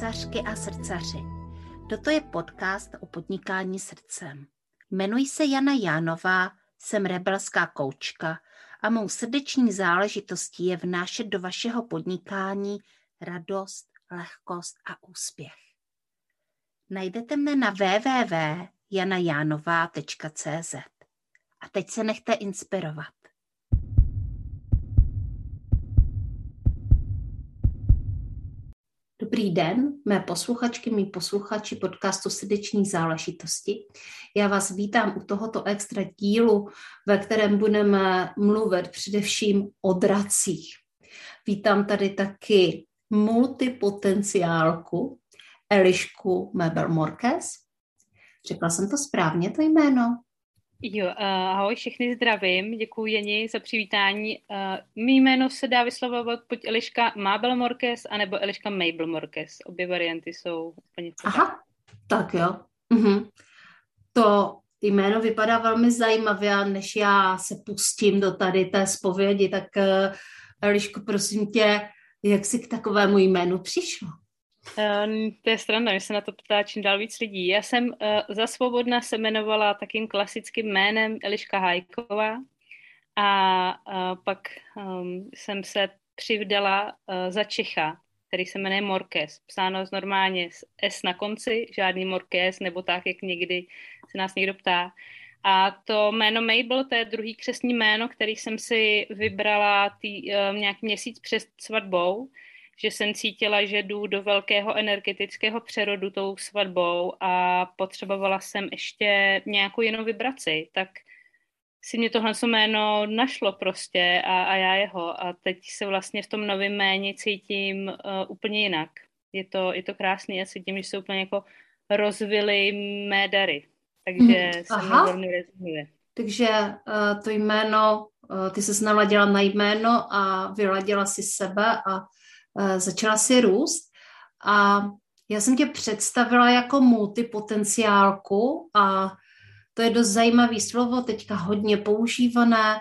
srdcařky a srdcaři. Toto je podcast o podnikání srdcem. Jmenuji se Jana Jánová, jsem rebelská koučka a mou srdeční záležitostí je vnášet do vašeho podnikání radost, lehkost a úspěch. Najdete mne na www.janajanova.cz. A teď se nechte inspirovat. Dobrý den, mé posluchačky, mý posluchači podcastu Srdeční záležitosti. Já vás vítám u tohoto extra dílu, ve kterém budeme mluvit především o dracích. Vítám tady taky multipotenciálku Elišku Mebel-Morquez. Řekla jsem to správně, to jméno? Jo, ahoj, všechny zdravím, děkuji Jeni za přivítání. Mé jméno se dá vyslovovat buď Eliška Mabel-Morquez, anebo Eliška Mabel-Morquez. Obě varianty jsou úplně v pořádku. Aha, tak jo. To jméno vypadá velmi zajímavě a než já se pustím do tady té zpovědi, tak Elišku, prosím tě, jak jsi k takovému jménu přišla? To je sranda, mě se na to ptá čím dál víc lidí. Já jsem za svobodna se jmenovala takým klasickým jménem Eliška Hajková a pak jsem se přivdala za Čecha, který se jmenuje Morquez. Psáno normálně s S na konci, žádný Morquez, nebo tak, jak někdy se nás někdo ptá. A to jméno Mabel, to je druhý křestní jméno, který jsem si vybrala nějaký měsíc před svatbou, že jsem cítila, že jdu do velkého energetického přerodu tou svatbou a potřebovala jsem ještě nějakou jinou vibraci, tak si mě tohle jméno našlo prostě a já jeho a teď se vlastně v tom novém jméně cítím úplně jinak. Je to krásný a cítím, že se úplně jako rozvily mé dary, takže se mi velmi rezonuje. Takže to jméno, ty se naladila na jméno a vyladila si sebe a začala si růst a já jsem tě představila jako multipotenciálku a to je dost zajímavý slovo, teďka hodně používané.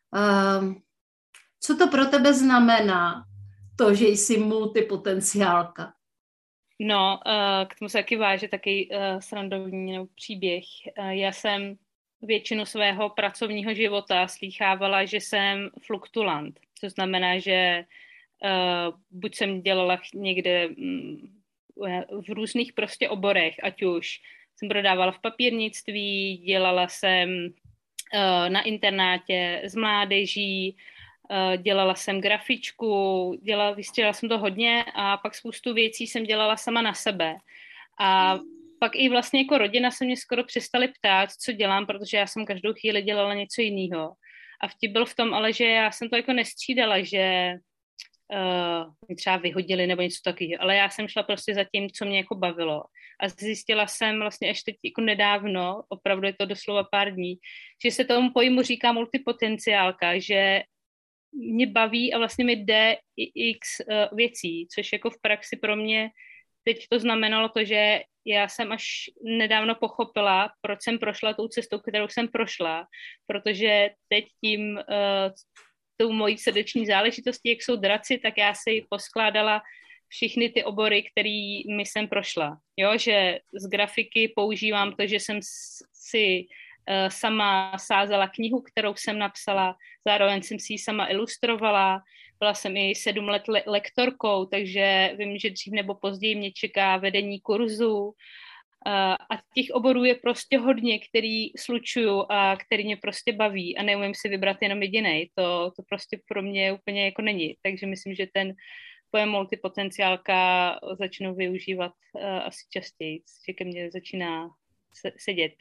Co to pro tebe znamená, to, že jsi multipotenciálka? No, k tomu se taky váže taky srandovní příběh. Já jsem většinu svého pracovního života slýchávala, že jsem fluktulant, co znamená, že buď jsem dělala někde v různých prostě oborech, ať už jsem prodávala v papírnictví, dělala jsem na internátě s mládeží, dělala jsem grafičku, vystřelila jsem to hodně a pak spoustu věcí jsem dělala sama na sebe. A pak i vlastně jako rodina se mě skoro přestali ptát, co dělám, protože já jsem každou chvíli dělala něco jiného. A vtip byl v tom, ale že já jsem to jako nestřídala, že mě třeba vyhodili nebo něco takového, ale já jsem šla prostě za tím, co mě jako bavilo. A zjistila jsem vlastně až teď jako nedávno, opravdu je to doslova pár dní, že se tomu pojmu říká multipotenciálka, že mě baví a vlastně mi jde i x věcí, což jako v praxi pro mě teď to znamenalo to, že já jsem až nedávno pochopila, proč jsem prošla tou cestou, kterou jsem prošla, protože teď tím tou mojí srdeční záležitostí, jak jsou draci, tak já si poskládala všechny ty obory, kterými jsem prošla. Jo, že z grafiky používám to, že jsem si sama sázela knihu, kterou jsem napsala, zároveň jsem si ji sama ilustrovala, byla jsem i 7 let lektorkou, takže vím, že dřív nebo později mě čeká vedení kurzu a těch oborů je prostě hodně, který slučuju a který mě prostě baví a neumím si vybrat jenom jedinej. To prostě pro mě úplně jako není. Takže myslím, že ten pojem multipotenciálka začnu využívat asi častěji, že ke mně začíná sedět.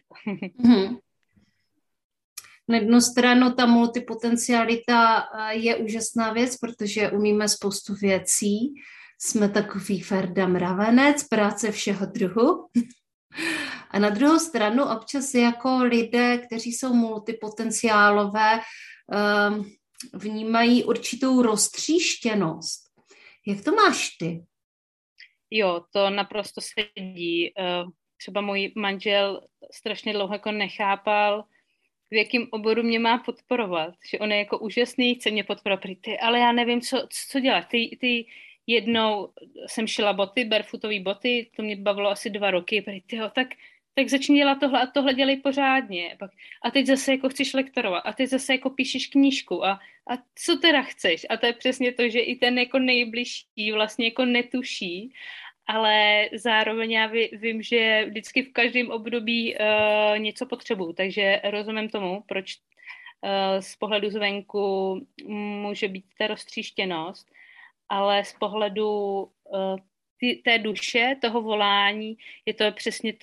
Na jednu stranu ta multipotencialita je úžasná věc, protože umíme spoustu věcí. Jsme takový Ferda Mravenec, práce všeho druhu. A na druhou stranu občas jako lidé, kteří jsou multipotenciálové, vnímají určitou roztříštěnost. Jak to máš ty? Jo, to naprosto sedí. Třeba můj manžel strašně dlouho jako nechápal, v jakém oboru mě má podporovat. Že on je jako úžasný, chce mě podporovat, ale já nevím, co dělat. Ty jednou jsem šila boty, barefootové boty, to mě bavilo asi 2 roky, tak začni dělat tohle a tohle dělej pořádně. A teď zase jako chceš lektorovat a teď zase jako píšeš knížku a co teda chceš? A to je přesně to, že i ten jako nejbližší vlastně jako netuší, ale zároveň já vím, že vždycky v každém období něco potřebuju, takže rozumím tomu, proč z pohledu zvenku může být ta roztříštěnost, ale z pohledu té duše, toho volání, je to přesně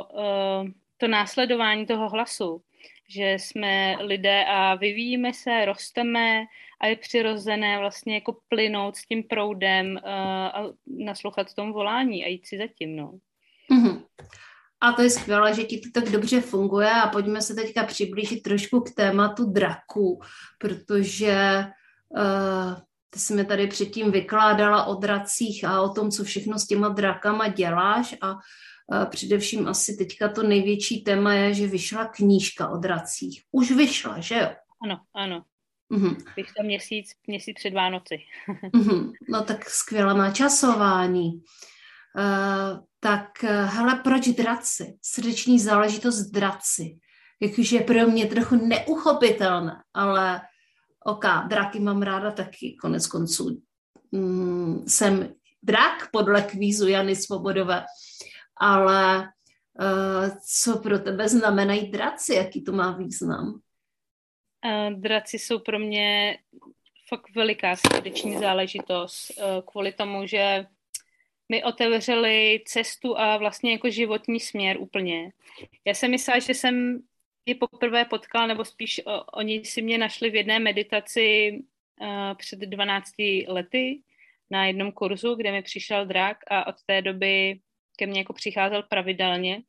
to následování toho hlasu, že jsme lidé a vyvíjíme se, rosteme a je přirozené vlastně jako plynout s tím proudem a naslouchat tomu volání a jít si zatím, no. Mm-hmm. A to je skvělé, že ti to tak dobře funguje a pojďme se teďka přiblížit trošku k tématu draků, protože ty jsi mi tady předtím vykládala o dracích a o tom, co všechno s těma drakama děláš a především asi teďka to největší téma je, že vyšla knížka o dracích. Už vyšla, že jo? Ano. Mm-hmm. Vyšla měsíc před Vánoci. Mm-hmm. No tak skvělé načasování. Tak hele, proč draci? Srdeční záležitost draci. Jakože pro mě trochu neuchopitelné, ale draky mám ráda taky, konec konců. Jsem drak podle kvízu Jany Svobodové, ale co pro tebe znamenají draci? Jaký to má význam? Draci jsou pro mě fakt veliká srdeční záležitost kvůli tomu, že mi otevřeli cestu a vlastně jako životní směr úplně. Já jsem myslela, že jsem je poprvé potkala, nebo spíš oni si mě našli v jedné meditaci před 12 lety na jednom kurzu, kde mi přišel drak a od té doby ke mně jako přicházel pravidelně.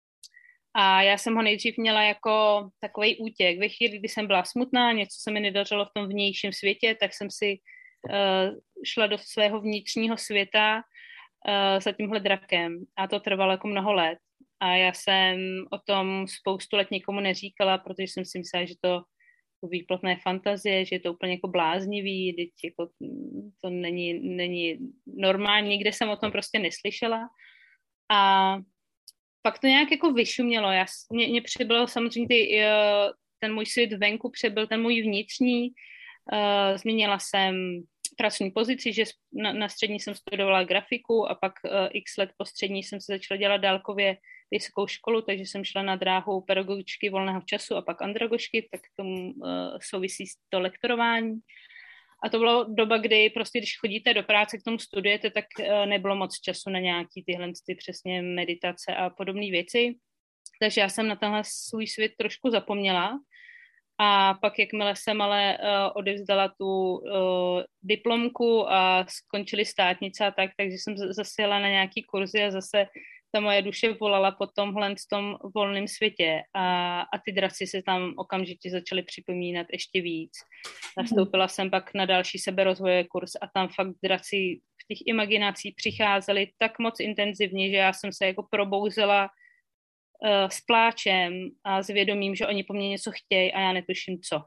A já jsem ho nejdřív měla jako takovej útěk. Ve chvíli, kdy jsem byla smutná, něco se mi nedařilo v tom vnějším světě, tak jsem si šla do svého vnitřního světa za tímhle drakem. A to trvalo jako mnoho let. A já jsem o tom spoustu let nikomu neříkala, protože jsem si myslela, že to výplotné fantazie, že je to úplně jako bláznivý, jako to není normální, nikde jsem o tom prostě neslyšela. A pak to nějak jako vyšumělo. Mně přibyl samozřejmě ten můj svět venku, přibyl ten můj vnitřní. Změnila jsem pracovní pozici, že na střední jsem studovala grafiku a pak x let po střední jsem se začala dělat dálkově vysokou školu, takže jsem šla na dráhu pedagogičky volného času a pak andragožky, tak k tomu souvisí to lektorování. A to byla doba, kdy prostě, když chodíte do práce, k tomu studujete, tak nebylo moc času na nějaký tyhle přesně meditace a podobné věci. Takže já jsem na tenhle svůj svět trošku zapomněla. A pak, jakmile jsem ale odevzdala tu diplomku a skončily státnice a takže jsem zase jela na nějaký kurzy a zase ta moje duše volala po tomhle v tom volném světě a ty draci se tam okamžitě začaly připomínat ještě víc. Nastoupila jsem pak na další seberozvojový kurz a tam fakt draci v těch imaginacích přicházeli tak moc intenzivně, že já jsem se jako probouzela s pláčem a s vědomím, že oni po mně něco chtějí a já netuším co.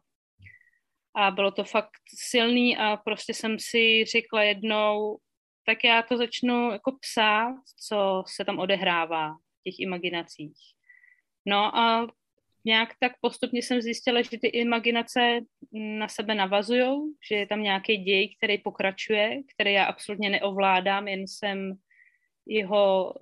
A bylo to fakt silný a prostě jsem si řekla jednou, tak já to začnu jako psát, co se tam odehrává v těch imaginacích. No a nějak tak postupně jsem zjistila, že ty imaginace na sebe navazujou, že je tam nějaký děj, který pokračuje, který já absolutně neovládám, jen jsem jeho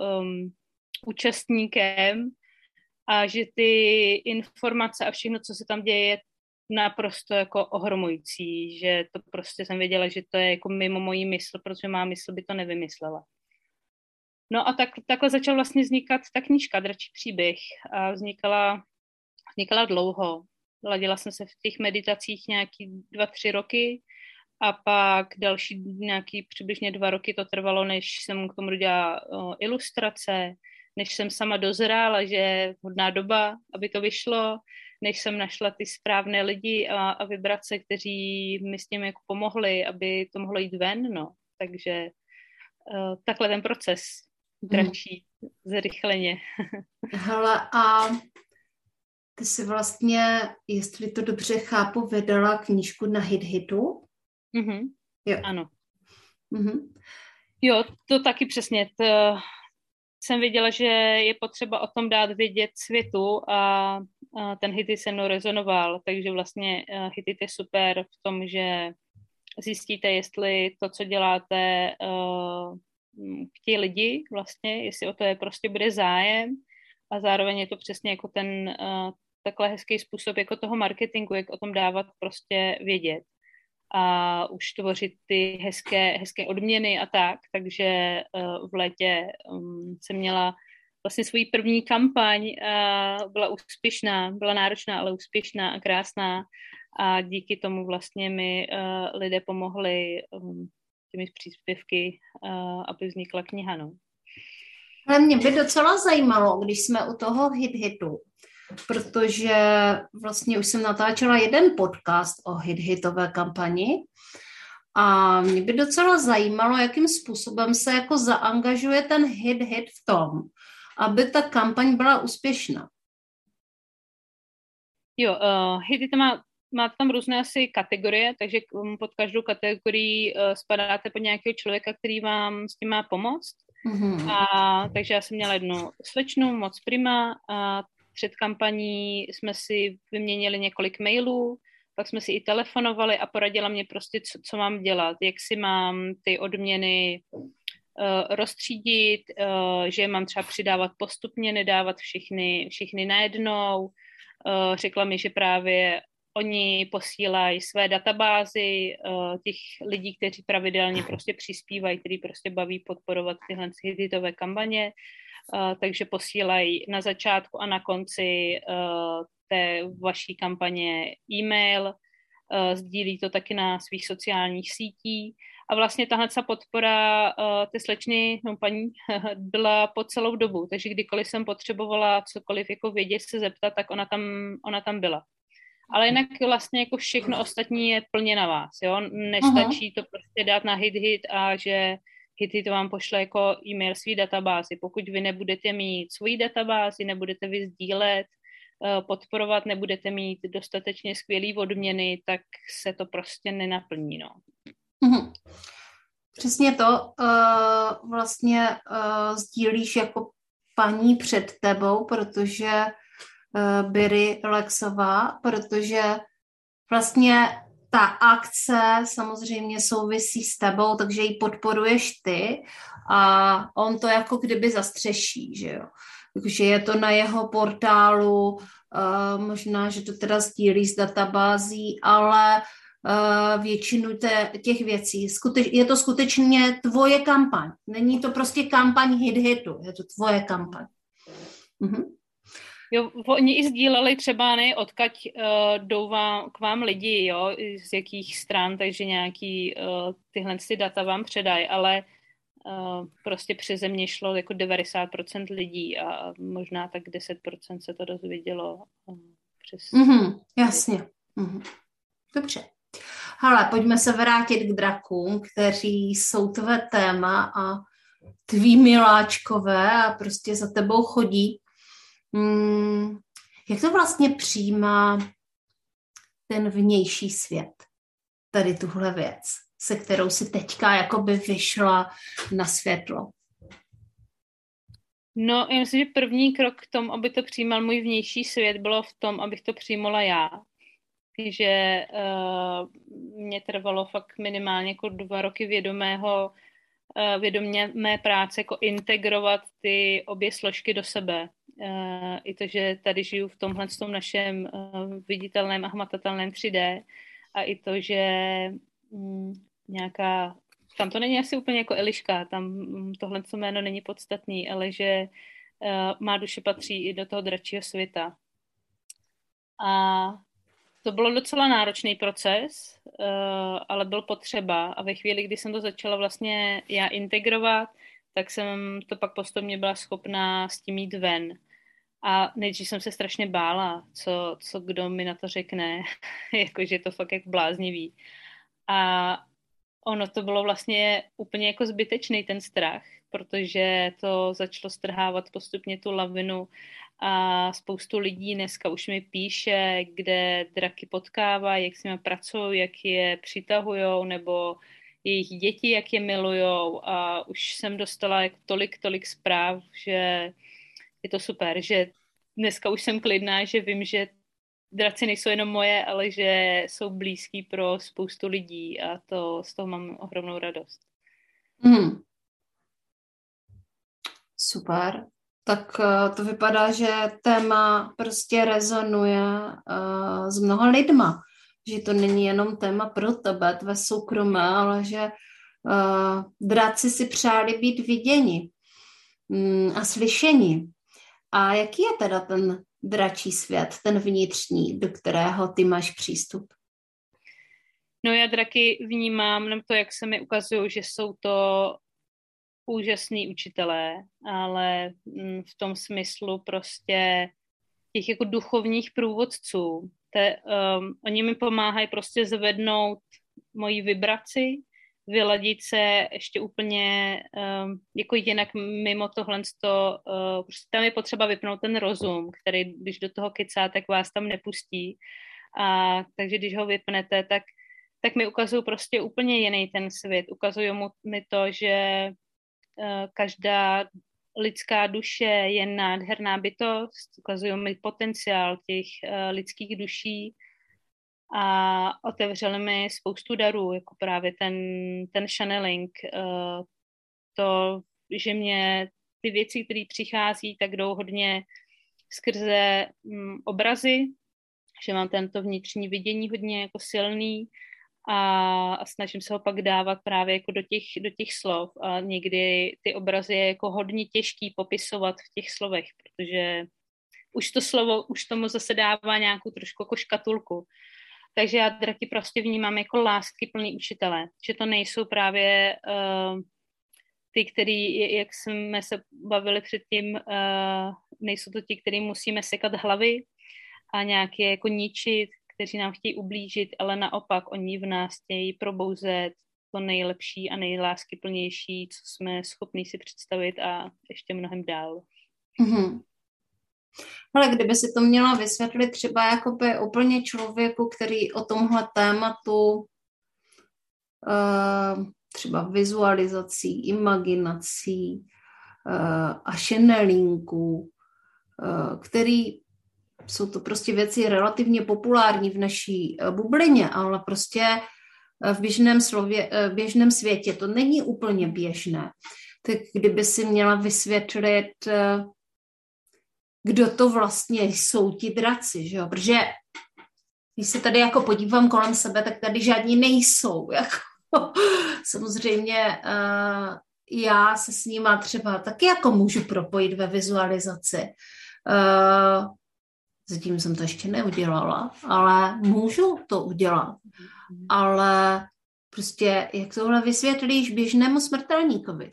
účastníkem a že ty informace a všechno, co se tam děje, je naprosto jako ohromující, že to prostě jsem věděla, že to je jako mimo mojí mysl, protože má mysl by to nevymyslela. No a takhle začala vlastně vznikat ta knížka Dračí příběh a vznikala dlouho. Ladila jsem se v těch meditacích nějaký 2-3 roky a pak další nějaký přibližně 2 roky to trvalo, než jsem k tomu dělala ilustrace, než jsem sama dozrála, že je hodná doba, aby to vyšlo, než jsem našla ty správné lidi a vibrace, kteří mi s tím jako pomohli, aby to mohlo jít ven, no. Takže takhle ten proces dračí zrychleně. Hele, a ty si vlastně, jestli to dobře chápu, vydala knížku na HitHitu? Mm-hmm. Jo. Ano. Mm-hmm. Jo, to taky přesně. Jsem věděla, že je potřeba o tom dát vědět světu a ten Hitit se mnou rezonoval, takže vlastně Hitit je super v tom, že zjistíte, jestli to, co děláte, chtějí lidi vlastně, jestli o to je prostě bude zájem a zároveň je to přesně jako ten takhle hezký způsob jako toho marketingu, jak o tom dávat prostě vědět a už tvořit ty hezké odměny a tak, takže v létě jsem měla vlastně svoji první kampaň, byla úspěšná, byla náročná, ale úspěšná a krásná a díky tomu vlastně mi lidé pomohli těmi příspěvky, aby vznikla kniha. No. Ale mě by docela zajímalo, když jsme u toho hitu, protože vlastně už jsem natáčela jeden podcast o hitové kampani a mě by docela zajímalo, jakým způsobem se jako zaangažuje ten hit v tom, aby ta kampaň byla úspěšná. Jo, hit to má tam různé asi kategorie, takže pod každou kategorii spadáte pod nějakého člověka, který vám s tím má pomoct. Mm-hmm. Takže já jsem měla jednu slečnu, moc prima, a před kampaní jsme si vyměnili několik mailů, pak jsme si i telefonovali a poradila mě prostě, co mám dělat, jak si mám ty odměny rozstřídit, že mám třeba přidávat postupně, nedávat všechny najednou. Řekla mi, že právě oni posílají své databázy těch lidí, kteří pravidelně prostě přispívají, kteří prostě baví podporovat tyhle hitové kampaně, takže posílají na začátku a na konci té vaší kampaně e-mail, sdílí to taky na svých sociálních sítích a vlastně tahle podpora té slečny, no paní, byla po celou dobu, takže kdykoliv jsem potřebovala cokoliv jako vědět, se zeptat, tak ona tam byla. Ale jinak vlastně jako všechno ostatní je plně na vás, jo, nestačí to prostě dát na hit a že Hit to vám pošle jako e-mail svý databázi. Pokud vy nebudete mít svoji databázi, nebudete vy sdílet, podporovat, nebudete mít dostatečně skvělý odměny, tak se to prostě nenaplní, no. Mm-hmm. Přesně to vlastně sdílíš jako paní před tebou, protože Biri Lexová, protože vlastně ta akce samozřejmě souvisí s tebou, takže ji podporuješ ty a on to jako kdyby zastřeší, že jo. Takže je to na jeho portálu, možná, že to teda sdílí s databází, ale většinu těch věcí. Je to skutečně tvoje kampaň. Není to prostě kampaň hitu, je to tvoje kampaň. Mhm. Jo, oni i sdíleli třeba odkud jdou k vám lidi, jo, z jakých stran, takže nějaký tyhle data vám předají, ale prostě přeze mě šlo jako 90% lidí a možná tak 10% se to dozvědělo přes... Mm-hmm, jasně. Mm-hmm. Dobře. Hele, pojďme se vrátit k drakům, kteří jsou tvé téma a tví miláčkové a prostě za tebou chodí. Jak to vlastně přijímá ten vnější svět, tady tuhle věc, se kterou si teďka jakoby vyšla na světlo? No, já myslím, že první krok k tomu, aby to přijímal můj vnější svět, bylo v tom, abych to přijmula já. Že mě trvalo fakt minimálně jako 2 roky vědomé práce, jako integrovat ty obě složky do sebe. I to, že tady žiju v tomhle tom našem viditelném a hmatatelném 3D a i to, že nějaká, tam to není asi úplně jako Eliška, tam tohle jméno není podstatný, ale že má duše patří i do toho dračího světa. A to bylo docela náročný proces, ale byl potřeba a ve chvíli, kdy jsem to začala vlastně já integrovat, tak jsem to pak postupně byla schopná s tím jít ven. A nejdřív jsem se strašně bála, co kdo mi na to řekne, jakože je to fakt jak bláznivý. A ono to bylo vlastně úplně jako zbytečný ten strach, protože to začalo strhávat postupně tu lavinu a spoustu lidí dneska už mi píše, kde draky potkávají, jak s nimi pracují, jak je přitahujou, nebo jejich děti, jak je milujou a už jsem dostala jako tolik zpráv, že je to super, že dneska už jsem klidná, že vím, že draci nejsou jenom moje, ale že jsou blízký pro spoustu lidí a z toho mám ohromnou radost. Super. Tak to vypadá, že téma prostě rezonuje s mnoha lidma. Že to není jenom téma pro tebe, tvé soukromé, ale že draci si přáli být viděni a slyšeni. A jaký je teda ten dračí svět, ten vnitřní, do kterého ty máš přístup? No já draky vnímám, nebo to, jak se mi ukazují, že jsou to úžasní učitelé, ale v tom smyslu prostě těch jako duchovních průvodců. Oni mi pomáhají prostě zvednout moji vibraci, vyladit se ještě úplně jako jinak mimo tohle. Prostě tam je potřeba vypnout ten rozum, který když do toho kecá, tak vás tam nepustí. Takže když ho vypnete, tak mi ukazují prostě úplně jiný ten svět. Ukazují mi to, že každá lidská duše je nádherná bytost, ukazují mi potenciál těch lidských duší a otevřeli mi spoustu darů, jako právě ten channeling, to, že mě ty věci, které přichází, tak jdou hodně skrze obrazy, že mám tento vnitřní vidění hodně jako silný a snažím se ho pak dávat právě jako do těch slov a někdy ty obrazy je jako hodně těžký popisovat v těch slovech, protože už to slovo, už tomu zase dává nějakou trošku jako škatulku. Takže já draky prostě vnímám jako láskyplný učitele, že to nejsou právě ty, který, jak jsme se bavili předtím, nejsou to ti, kterým musíme sekat hlavy a nějaké jako ničit, kteří nám chtějí ublížit, ale naopak oni v nás chtějí probouzet to nejlepší a nejláskyplnější, co jsme schopni si představit a ještě mnohem dál. Mm-hmm. Ale kdyby si to měla vysvětlit třeba jakoby úplně člověku, který o tomhle tématu třeba vizualizací, imaginací a channelingu, který jsou to prostě věci relativně populární v naší bublině, ale prostě v běžném světě to není úplně běžné. Tak kdyby si měla vysvětlit, kdo to vlastně jsou ti draci, že jo? Protože když se tady jako podívám kolem sebe, tak tady žádní nejsou. Jako. Samozřejmě já se s nima třeba taky jako můžu propojit ve vizualizaci. Zatím jsem to ještě neudělala, ale můžu to udělat. Ale prostě jak tohle vysvětlíš běžnému smrtelníkovi?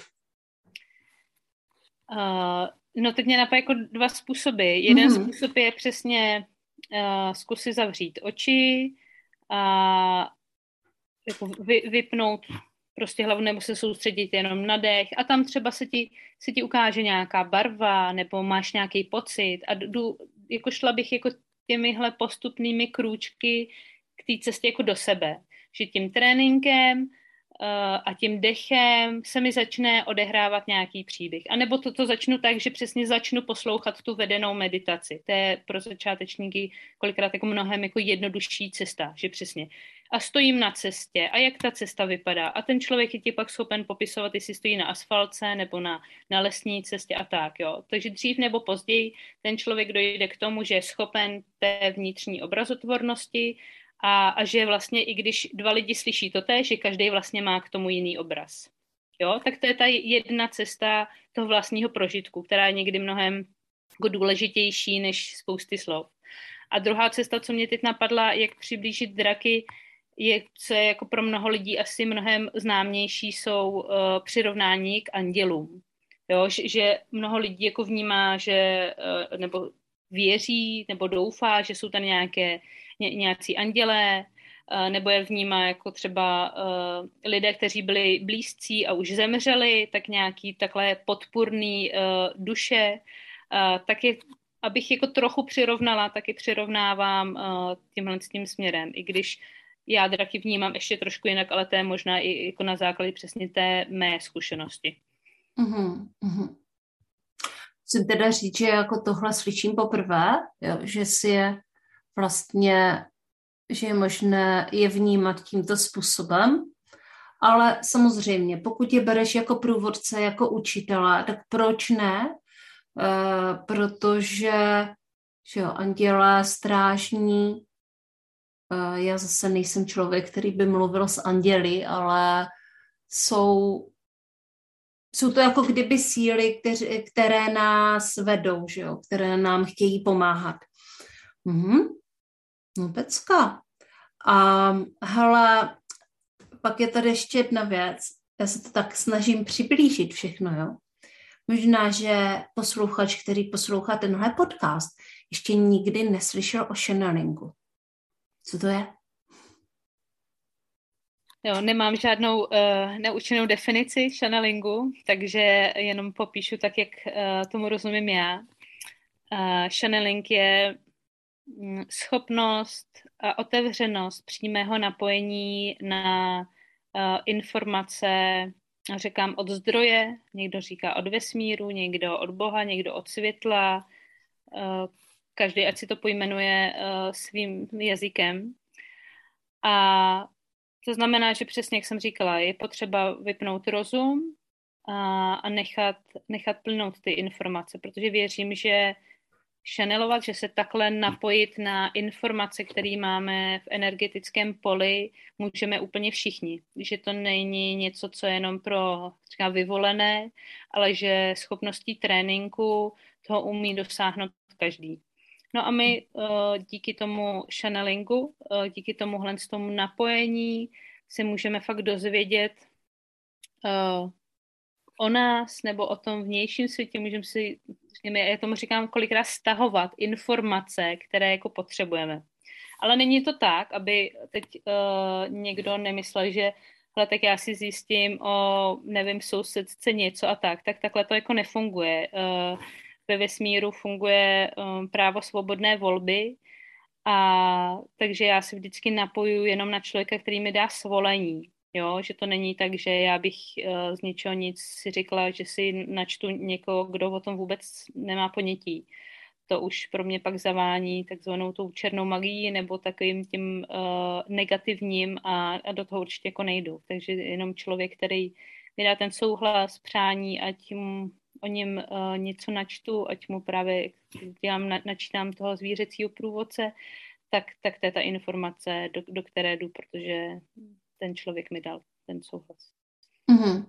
No teď mě napadá jako dva způsoby. Jeden způsob je přesně zkusit zavřít oči a jako vypnout prostě hlavu nebo se soustředit jenom na dech a tam třeba se ti ukáže nějaká barva nebo máš nějaký pocit a jako šla bych jako těmihle postupnými krůčky k té cestě jako do sebe. Že tím tréninkem a tím dechem se mi začne odehrávat nějaký příběh. A nebo to začnu tak, že přesně začnu poslouchat tu vedenou meditaci. To je pro začátečníky kolikrát jako mnohem jako jednodušší cesta, že přesně. A stojím na cestě a jak ta cesta vypadá. A ten člověk je ti pak schopen popisovat, jestli stojí na asfaltce nebo na lesní cestě a tak. Jo. Takže dřív nebo později ten člověk dojde k tomu, že je schopen té vnitřní obrazotvornosti a že vlastně i když dva lidi slyší totéž, že každý vlastně má k tomu jiný obraz. Jo, tak to je ta jedna cesta toho vlastního prožitku, která je někdy mnohem jako důležitější než spousty slov. A druhá cesta, co mě teď napadla, jak přiblížit draky, co je jako pro mnoho lidí asi mnohem známější, jsou přirovnání k andělům. Jo, že mnoho lidí jako vnímá, že nebo věří nebo doufá, že jsou tam nějací andělé, nebo je vnímá jako třeba lidé, kteří byli blízcí a už zemřeli, tak nějaký takhle podpůrný duše, tak je, abych jako trochu přirovnala, taky přirovnávám tímhle s tím směrem, i když já draky vnímám ještě trošku jinak, ale to je možná i jako na základě přesně té mé zkušenosti. Mm-hmm. Musím teda říct, že jako tohle slyším poprvé, jo, že si je vlastně, že je možné je vnímat tímto způsobem, ale samozřejmě, pokud je bereš jako průvodce, jako učitele, tak proč ne? Protože že jo, andělé, strážní, já zase nejsem člověk, který by mluvil s anděli, ale jsou to jako kdyby síly, které nás vedou, že jo? Které nám chtějí pomáhat. No pecka. A hele, pak je tady ještě jedna věc. Já se to tak snažím přiblížit všechno, jo. Možná, že posluchač, který poslouchá tenhle podcast, ještě nikdy neslyšel o channelingu. Co to je? Jo, nemám žádnou neučenou definici channelingu, takže jenom popíšu tak, jak tomu rozumím já. Channeling je schopnost a otevřenost přímého napojení na informace, říkám od zdroje, někdo říká od vesmíru, někdo od Boha, někdo od světla, každý ať si to pojmenuje svým jazykem. A to znamená, že přesně, jak jsem říkala, je potřeba vypnout rozum a nechat plynout ty informace, protože věřím, že channelovat, že se takhle napojit na informace, které máme v energetickém poli, můžeme úplně všichni. Že to není něco, co je jenom pro třeba vyvolené, ale že schopností tréninku toho umí dosáhnout každý. No a my díky tomu channelingu, díky tomuhle tomu napojení se můžeme fakt dozvědět o nás nebo o tom vnějším světě, můžeme si, já tomu říkám kolikrát stahovat informace, které jako potřebujeme. Ale není to tak, aby teď někdo nemyslel, že hele, tak já si zjistím o, nevím, sousedce něco a tak takhle to jako nefunguje. Ve vesmíru funguje právo svobodné volby a takže já si vždycky napojuju jenom na člověka, který mi dá svolení. Jo, že to není tak, že já bych z ničeho nic si řekla, že si načtu někoho, kdo o tom vůbec nemá ponětí. To už pro mě pak zavání takzvanou tou černou magií nebo takovým tím negativním a do toho určitě jako nejdu. Takže jenom člověk, který mi dá ten souhlas, přání, ať o něm něco načtu, ať mu právě načítám toho zvířecího průvodce, tak to je ta informace, do které jdu, protože ten člověk mi dal ten souhlas. Mm-hmm.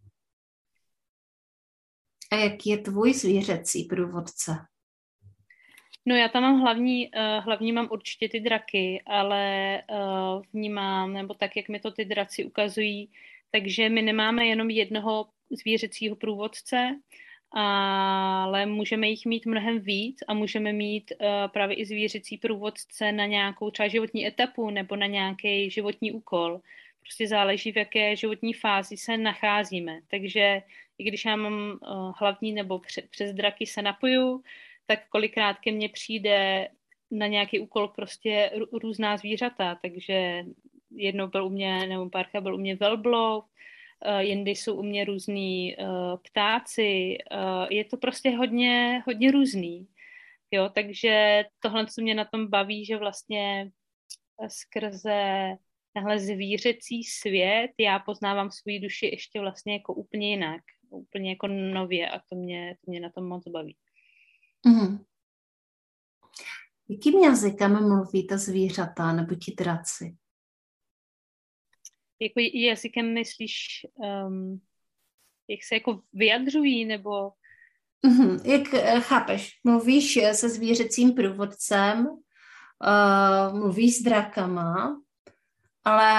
A jaký je tvůj zvířecí průvodce? No já tam mám hlavní mám určitě ty draky, ale vnímám, nebo tak, jak mi to ty draci ukazují, takže my nemáme jenom jednoho zvířecího průvodce, ale můžeme jich mít mnohem víc a můžeme mít právě i zvířecí průvodce na nějakou třeba životní etapu nebo na nějaký životní úkol. Prostě záleží, v jaké životní fázi se nacházíme. Takže i když já mám hlavní nebo přes draky se napoju, tak kolikrát ke mně přijde na nějaký úkol prostě různá zvířata. Takže jednou byl u mě, nebo párka byl u mě velbloud, jindy jsou u mě různý ptáci. Je to prostě hodně různý. Jo, takže tohle, co mě na tom baví, že vlastně skrze tenhle zvířecí svět já poznávám svou duši ještě vlastně jako úplně jinak, úplně jako nově a to mě na tom moc baví. Mm. Jakým jazykem mluví ta zvířata nebo ti draci? Jako jazykem myslíš, jak se jako vyjadřují, nebo... Jak chápeš, mluvíš se zvířecím průvodcem, mluvíš s drakama, ale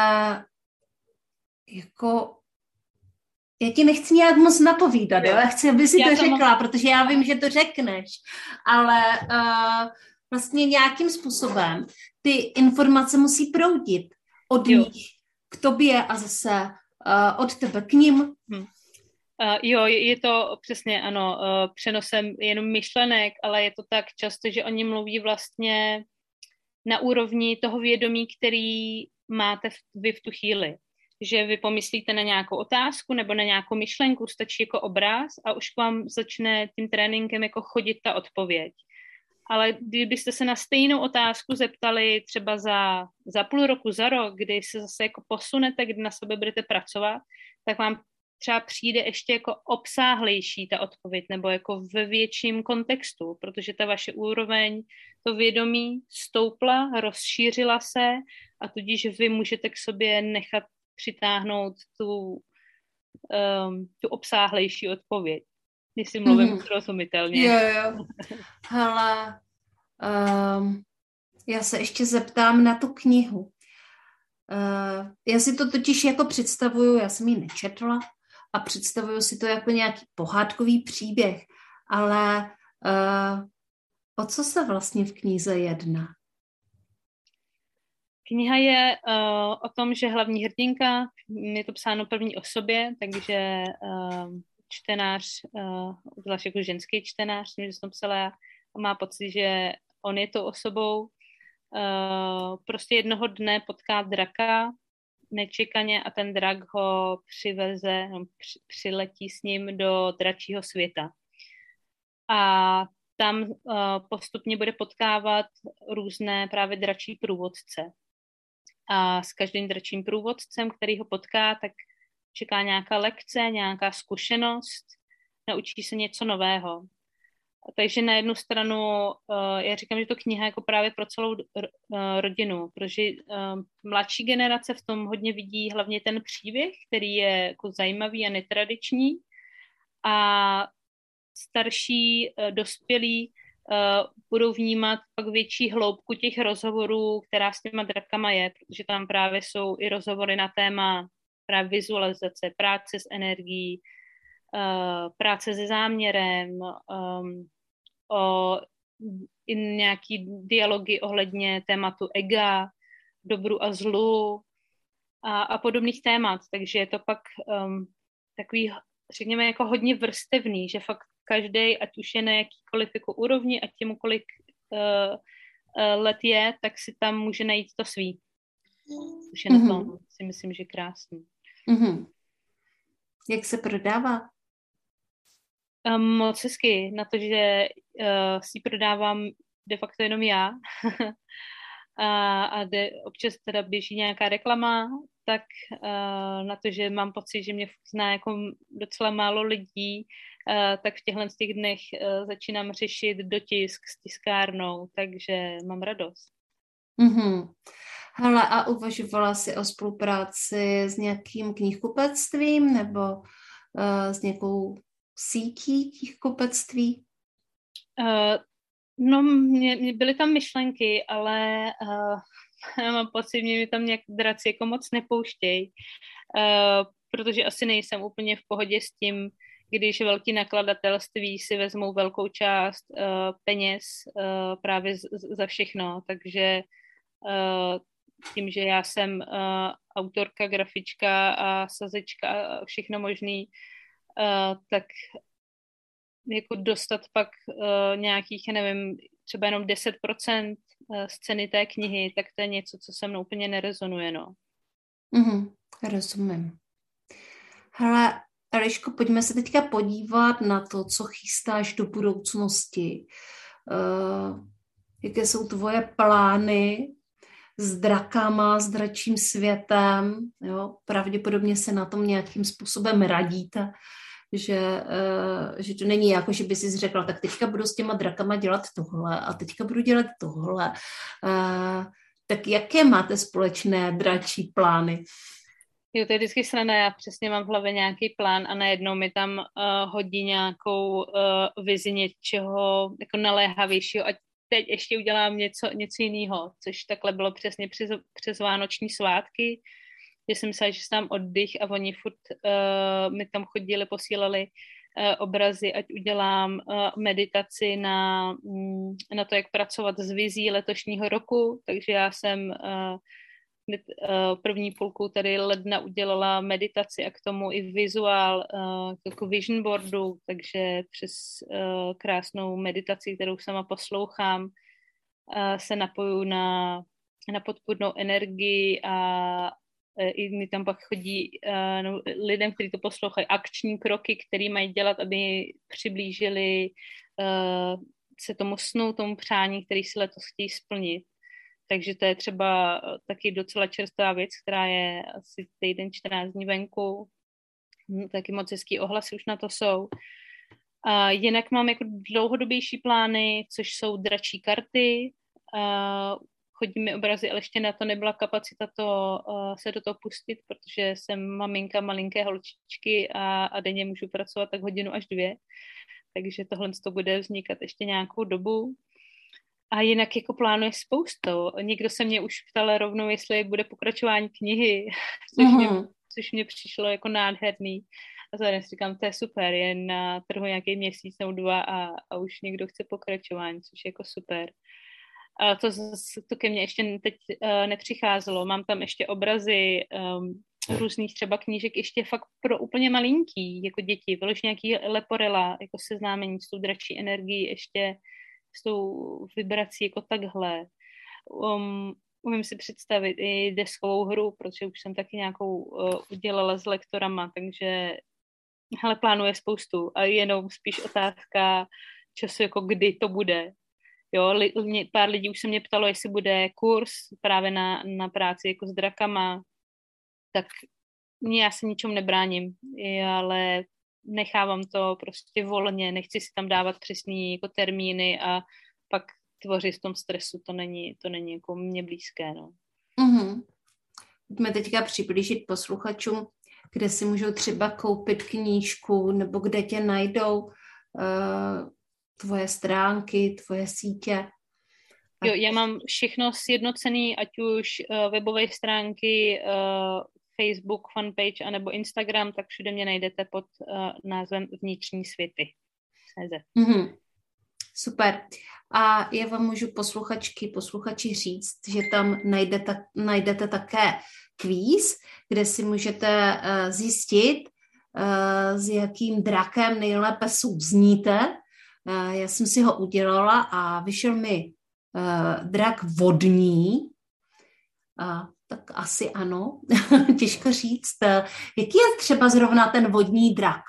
jako já ti nechci nějak moc napovídat, jo? Já chci, aby si to řekla, protože já vím, že to řekneš, ale vlastně nějakým způsobem ty informace musí proudit od nich k tobě a zase od tebe k nim. Jo, je to přesně, ano, přenosem jenom myšlenek, ale je to tak často, že oni mluví vlastně na úrovni toho vědomí, který máte vy v tu chvíli. Že vy pomyslíte na nějakou otázku nebo na nějakou myšlenku, stačí jako obráz a už k vám začne tím tréninkem jako chodit ta odpověď. Ale kdybyste se na stejnou otázku zeptali třeba za půl roku, za rok, kdy se zase jako posunete, kdy na sebe budete pracovat, tak vám třeba přijde ještě jako obsáhlejší ta odpověď nebo jako ve větším kontextu, protože ta vaše úroveň, to vědomí stoupla, rozšířila se a tudíž vy můžete k sobě nechat přitáhnout tu obsáhlejší odpověď. Jestli mluvím srozumitelně. Jo. Hele, já se ještě zeptám na tu knihu. Já si to totiž jako představuju, já jsem ji nečetla a představuju si to jako nějaký pohádkový příběh, ale o co se vlastně v knize jedná? Kniha je o tom, že hlavní hrdinka, je to psáno první osobě, takže čtenář, zvlášť jako ženský čtenář, že jsem psala já, má pocit, že on je tou osobou. Prostě jednoho dne potká draka nečekaně a ten drak ho přiveze, přiletí s ním do dračího světa. A tam postupně bude potkávat různé právě dračí průvodce. A s každým dračím průvodcem, který ho potká, tak čeká nějaká lekce, nějaká zkušenost, naučí se něco nového. Takže na jednu stranu, já říkám, že to kniha jako právě pro celou rodinu, protože mladší generace v tom hodně vidí hlavně ten příběh, který je jako zajímavý a netradiční, a starší, dospělí budou vnímat pak větší hloubku těch rozhovorů, která s těma drakama je, protože tam právě jsou i rozhovory na téma právě vizualizace, práce s energií, práce se záměrem, i nějaký dialogy ohledně tématu ega, dobru a zlu a podobných témat. Takže je to pak takový, řekněme, jako hodně vrstevný, že fakt každý, ať už je na jakýkoliv jako úrovni, ať těmu kolik let je, tak si tam může najít to svý. Což je na tom, si myslím, že krásný. Jak se prodává? Moc hezky, na to, že si prodávám de facto jenom já a občas teda běží nějaká reklama, tak na to, že mám pocit, že mě zná jako docela málo lidí, tak v těchto těch dnech začínám řešit dotisk s tiskárnou, takže mám radost. Hele, a uvažovala jsi o spolupráci s nějakým knihkupectvím nebo s nějakou sítí knihkupectví? No, byly tam myšlenky, ale já mám pocit, mě tam nějak draci jako moc nepouštějí, protože asi nejsem úplně v pohodě s tím, když velký nakladatelství si vezmou velkou část peněz právě za všechno, takže tím, že já jsem autorka, grafička a sazečka a všechno možný, tak jako dostat pak nějakých, nevím, třeba jenom 10% z ceny té knihy, tak to je něco, co se mnou úplně nerezonuje, no. Rozumím. Hele, Eliško, pojďme se teďka podívat na to, co chystáš do budoucnosti. Jaké jsou tvoje plány s drakama, s dračím světem, jo? Pravděpodobně se na tom nějakým způsobem radíte, že to není jako, že by si řekla, tak teďka budu s těma drakama dělat tohle a teďka budu dělat tohle. Tak jaké máte společné dračí plány? Jo, to je vždycky sranda, já přesně mám v hlavě nějaký plán a najednou mi tam hodí nějakou vizi něčeho jako naléhavějšího, ať teď ještě udělám něco jiného, což takhle bylo přesně přes vánoční svátky, že jsem myslela, že tam oddych a oni furt mi tam chodili, posílali obrazy, ať udělám meditaci na to, jak pracovat s vizí letošního roku, takže já jsem první půlku tady ledna udělala meditaci a k tomu i vizuál jako vision boardu, takže přes krásnou meditaci, kterou sama poslouchám, se napoju na podpůrnou energii a i mi tam pak chodí lidem, kteří to poslouchají, akční kroky, které mají dělat, aby přiblížili se tomu snu, tomu přání, který si letos chtějí splnit. Takže to je třeba taky docela čerstvá věc, která je asi týden 14 dní venku. Taky moc hezký ohlasy už na to jsou. A jinak mám jako dlouhodobější plány, což jsou dračí karty. Chodí mi obrazy, ale ještě na to nebyla kapacita se do toho pustit, protože jsem maminka malinké holčičky a denně můžu pracovat tak 1 až 2. Takže tohle to bude vznikat ještě nějakou dobu. A jinak jako plánuje spoustou. Někdo se mě už ptal rovnou, jestli bude pokračování knihy, což mě přišlo jako nádherný. A zároveň si říkám, to je super, je na trhu nějaký měsíc nebo 2 a už někdo chce pokračování, což je jako super. A to ke mně ještě teď nepřicházelo. Mám tam ještě obrazy různých třeba knížek ještě fakt pro úplně malinký, jako děti. Vylož nějaký leporela, jako seznámení s tou dračí energií, ještě s tou vibrací jako takhle. Umím si představit i deskovou hru, protože už jsem taky nějakou udělala s lektorama, takže plánuje spoustu a jenom spíš otázka času, jako kdy to bude. Jo, pár lidí už se mě ptalo, jestli bude kurz právě na práci jako s drakama, tak já se ničemu nebráním, ale nechávám to prostě volně, nechci si tam dávat přesný jako termíny a pak tvořit v tom stresu, to není jako mně blízké, no. Pojďme teďka přiblížit posluchačům, kde si můžou třeba koupit knížku, nebo kde tě najdou tvoje stránky, tvoje sítě. Jo, já mám všechno sjednocený, ať už webové stránky, Facebook, fanpage, anebo Instagram, tak všude mě najdete pod názvem Vnitřní světy. Super. A já vám můžu posluchači říct, že tam najdete také kvíz, kde si můžete zjistit, s jakým drakem nejlépe souzníte. Já jsem si ho udělala a vyšel mi drak vodní. Tak asi ano, těžko říct. Jaký je třeba zrovna ten vodní drak?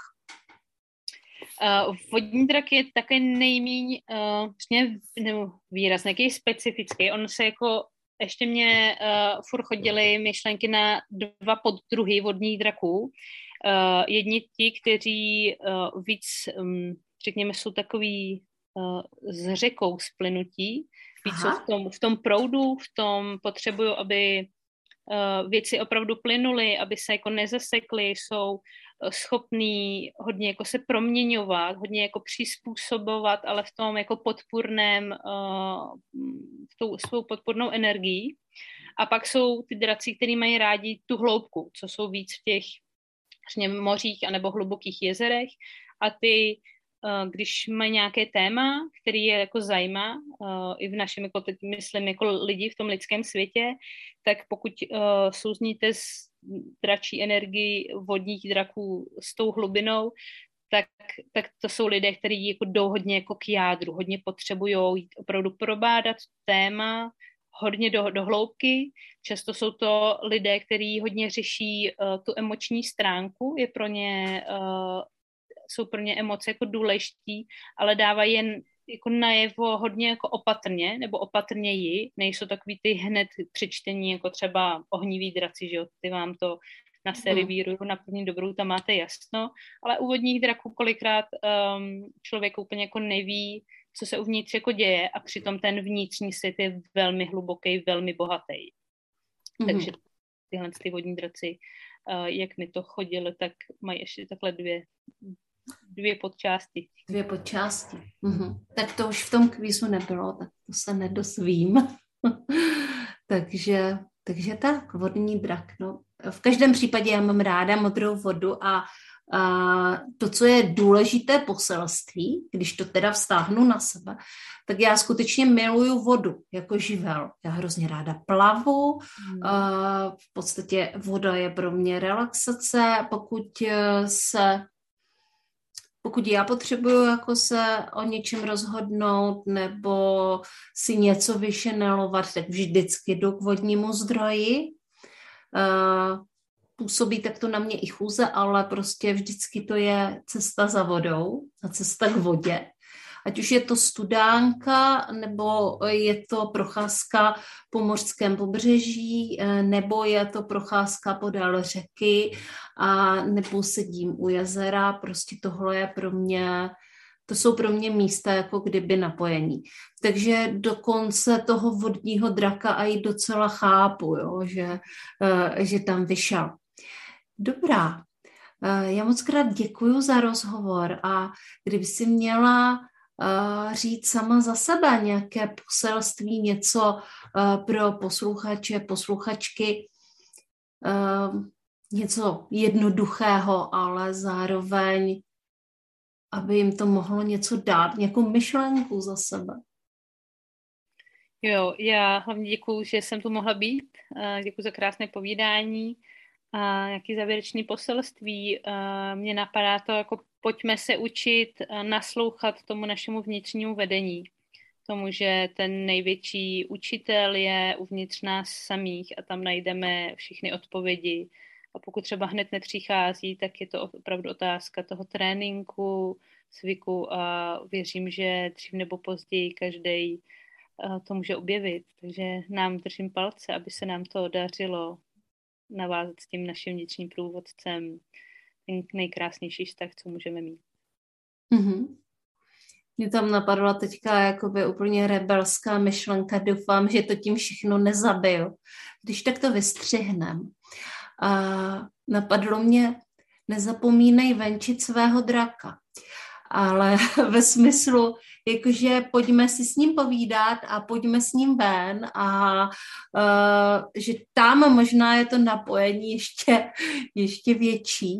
Vodní drak je také nejméně výrazný, jaký specifický. On se jako, ještě mě furt chodily myšlenky na 2 poddruhy vodních draků. Jedni ti, kteří víc, řekněme, jsou takový s řekou splynutí, víc jsou v tom proudu, v tom potřebují, aby věci opravdu plynuly, aby se jako nezasekly, jsou schopný hodně jako se proměňovat, hodně jako přizpůsobovat, ale v tom jako podpůrném, v tou svou podpůrnou energií. A pak jsou ty draci, kteří mají rádi tu hloubku, co jsou víc v těch mořích anebo hlubokých jezerech a ty, když mají nějaké téma, který je jako zajímá, i v našem, jako teď myslím, jako lidi v tom lidském světě, tak pokud souzníte s dračí energii vodních draků s tou hlubinou, tak to jsou lidé, kteří jako jdou hodně jako k jádru, hodně potřebují jít opravdu probádat téma, hodně do hloubky. Často jsou to lidé, kteří hodně řeší tu emoční stránku, jsou pro ně emoce jako důležitý, ale dávají jen jako najevo hodně jako opatrně, nebo opatrněji, nejsou takový ty hned přečtení, jako třeba ohnivý draci, že jo, ty vám to na servíru, na první dobrou, tam máte jasno, ale u vodních draků kolikrát člověk úplně jako neví, co se uvnitř jako děje a přitom ten vnitřní svět je velmi hluboký, velmi bohatý. Takže tyhle ty vodní draci, jak mi to chodili, tak mají ještě takhle dvě podčásti. 2 podčásti. Tak to už v tom kvízu nebylo, tak to se nedozvím. takže tak, vodní drak. No. V každém případě já mám ráda modrou vodu a to, co je důležité poselství, když to teda vztáhnu na sebe, tak já skutečně miluju vodu jako živel. Já hrozně ráda plavu, v podstatě voda je pro mě relaxace, pokud se Pokud já potřebuju jako se o něčem rozhodnout nebo si něco vyšenelovat, tak vždycky jdu k vodnímu zdroji. Působí tak to na mě i chůze, ale prostě vždycky to je cesta za vodou a cesta k vodě. Ať už je to studánka, nebo je to procházka po mořském pobřeží, nebo je to procházka podél řeky, a nebo sedím u jezera. Prostě tohle je pro mě, to jsou pro mě místa jako kdyby napojení. Takže dokonce toho vodního draka i docela chápu, jo, že tam vyšel. Dobrá. Já moc krát děkuju za rozhovor, a kdyby si měla říct sama za sebe nějaké poselství, něco pro posluchače, posluchačky, něco jednoduchého, ale zároveň, aby jim to mohlo něco dát, nějakou myšlenku za sebe. Jo, já hlavně děkuju, že jsem tu mohla být. Děkuju za krásné povídání. A nějaký závěrečný poselství. Mně napadá to, jako pojďme se učit naslouchat tomu našemu vnitřnímu vedení. Tomu, že ten největší učitel je uvnitř nás samých a tam najdeme všechny odpovědi. A pokud třeba hned nepřichází, tak je to opravdu otázka toho tréninku, cviku, a věřím, že dřív nebo později každý to může objevit. Takže nám držím palce, aby se nám to dařilo navázat s tím naším vnitřním průvodcem ten nejkrásnější vztah, co můžeme mít. Mm-hmm. Mě tam napadla teďka jakoby úplně rebelská myšlenka, doufám, že to tím všechno nezabiju. Když tak to vystřihnem. A napadlo mě, nezapomínej venčit svého draka. Ale ve smyslu, jakože pojďme si s ním povídat a pojďme s ním ven, a že tam možná je to napojení ještě větší.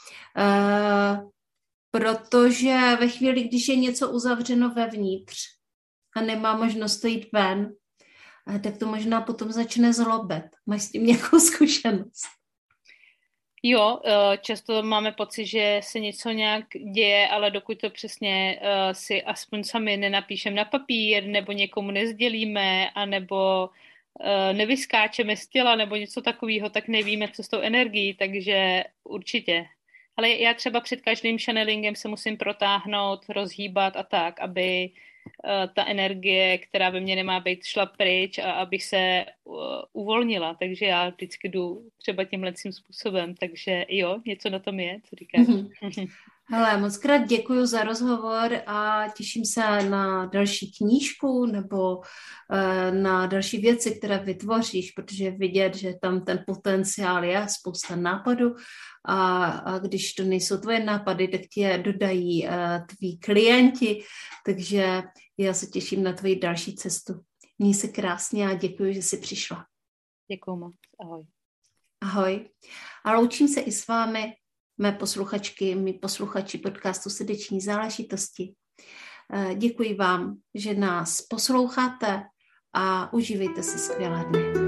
Protože ve chvíli, když je něco uzavřeno vevnitř a nemá možnost jít ven, tak to možná potom začne zlobit. Máš s tím nějakou zkušenost? Jo, často máme pocit, že se něco nějak děje, ale dokud to přesně si aspoň sami nenapíšeme na papír, nebo někomu nezdělíme, anebo nevyskáčeme z těla, nebo něco takového, tak nevíme, co s tou energií, takže určitě. Ale já třeba před každým channelingem se musím protáhnout, rozhýbat a tak, aby ta energie, která ve mně nemá být, šla pryč a abych se uvolnila. Takže já vždycky jdu třeba tímhlecím způsobem. Takže jo, něco na tom je, co říkáš. Hele, moc krát děkuji za rozhovor a těším se na další knížku nebo na další věci, které vytvoříš, protože je vidět, že tam ten potenciál je, spousta nápadů, a když to nejsou tvoje nápady, tak tě dodají tví klienti, takže já se těším na tvoji další cestu. Měj se krásně a děkuji, že jsi přišla. Děkuji moc. Ahoj. Ahoj. A loučím se i s vámi, mé posluchačky, mý posluchači podcastu Srdeční záležitosti. Děkuji vám, že nás posloucháte, a užívejte si skvělé dny.